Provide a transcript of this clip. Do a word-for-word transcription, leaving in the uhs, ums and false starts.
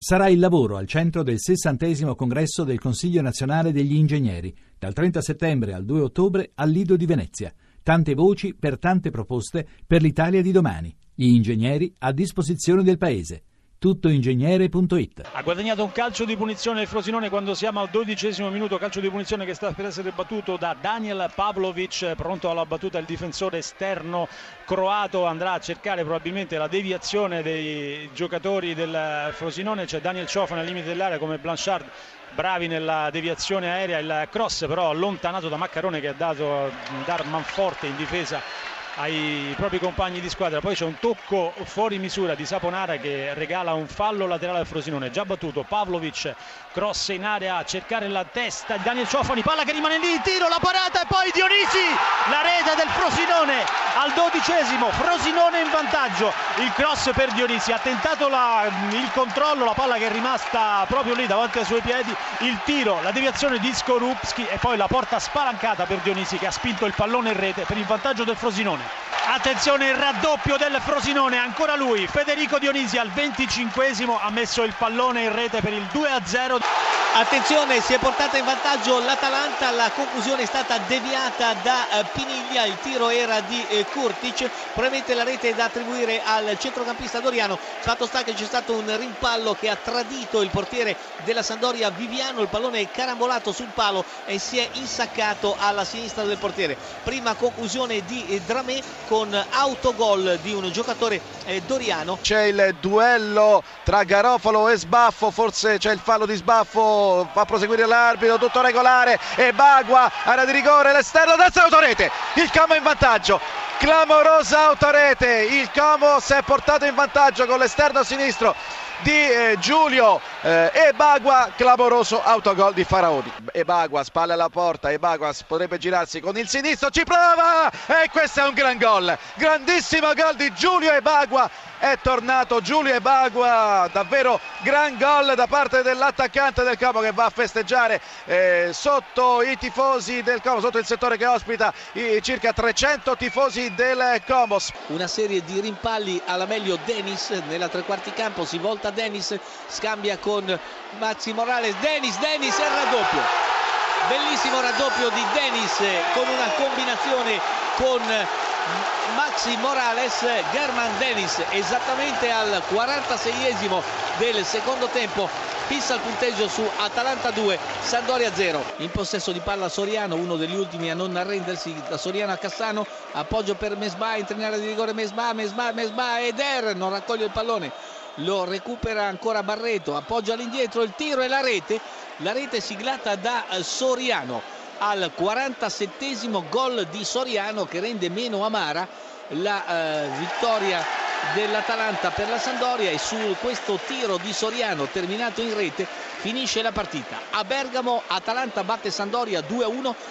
Sarà il lavoro al centro del sessantesimo congresso del Consiglio Nazionale degli Ingegneri, dal trenta settembre al due ottobre al Lido di Venezia. Tante voci per tante proposte per l'Italia di domani. Gli ingegneri a disposizione del Paese. tuttoingegnere punto it. Ha guadagnato un calcio di punizione il Frosinone quando siamo al dodicesimo minuto, calcio di punizione che sta per essere battuto da Daniel Pavlovic. Pronto alla battuta il difensore esterno croato, andrà a cercare probabilmente la deviazione dei giocatori del Frosinone. C'è Daniel Ciofano al limite dell'area come Blanchard, bravi nella deviazione aerea. Il cross però allontanato da Maccarone che ha dato un dar manforte in difesa ai propri compagni di squadra. Poi c'è un tocco fuori misura di Saponara che regala un fallo laterale al Frosinone. Già battuto Pavlovic, cross in area a cercare la testa di Daniel Ciofani, palla che rimane lì, tiro, la parata e poi Dionisi, la rete del Frosinone al dodicesimo, Frosinone in vantaggio. Il cross per Dionisi, ha tentato la, il controllo, la palla che è rimasta proprio lì davanti ai suoi piedi, il tiro, la deviazione di Skorupski e poi la porta spalancata per Dionisi che ha spinto il pallone in rete per il vantaggio del Frosinone. Attenzione, il raddoppio del Frosinone, ancora lui, Federico Dionisi al venticinquesimo ha messo il pallone in rete per il due a zero. Attenzione, si è portata in vantaggio l'Atalanta, la conclusione è stata deviata da eh, Piniglia, il tiro era di eh, Kurtic, probabilmente la rete è da attribuire al centrocampista Doriano. Fatto sta che c'è stato un rimpallo che ha tradito il portiere della Sampdoria Viviano, il pallone è carambolato sul palo e si è insaccato alla sinistra del portiere. Prima conclusione di eh, Dramé con autogol di un giocatore eh, Doriano. C'è il duello tra Garofalo e Sbaffo, forse c'è il fallo di Sbaffo, fa proseguire l'arbitro, tutto regolare e Bagua, area di rigore, l'esterno destro, autorete, il Como in vantaggio, clamorosa autorete, il Como si è portato in vantaggio con l'esterno sinistro di eh, Giulio eh, e Bagua, clamoroso autogol di Faraoni. E Bagua, spalle alla porta, e Bagua potrebbe girarsi con il sinistro, ci prova e questo è un gran gol, grandissimo gol di Giulio e Bagua. È tornato Giulio e Bagua, davvero gran gol da parte dell'attaccante del Como che va a festeggiare eh, sotto i tifosi del Como, sotto il settore che ospita i circa trecento tifosi del Como. Una serie di rimpalli alla meglio Denis nella tre quarti campo, si volta Denis, scambia con Maxi Morales, Denis, Denis è il raddoppio, bellissimo raddoppio di Denis con una combinazione con Maxi Morales. German Denis esattamente al quarantaseiesimo del secondo tempo fissa il punteggio su Atalanta due, Sampdoria zero. In possesso di palla Soriano, uno degli ultimi a non arrendersi, da Soriano a Cassano, appoggio per Mesbah, entra in area di rigore Mesbah, Mesbah, Mesbah ed Er non raccoglie il pallone, lo recupera ancora Barreto, appoggio all'indietro, il tiro e la rete, la rete siglata da Soriano. Al quarantasettesimo gol di Soriano che rende meno amara la eh, vittoria dell'Atalanta per la Sampdoria, e su questo tiro di Soriano terminato in rete finisce la partita. A Bergamo Atalanta batte Sampdoria due a uno.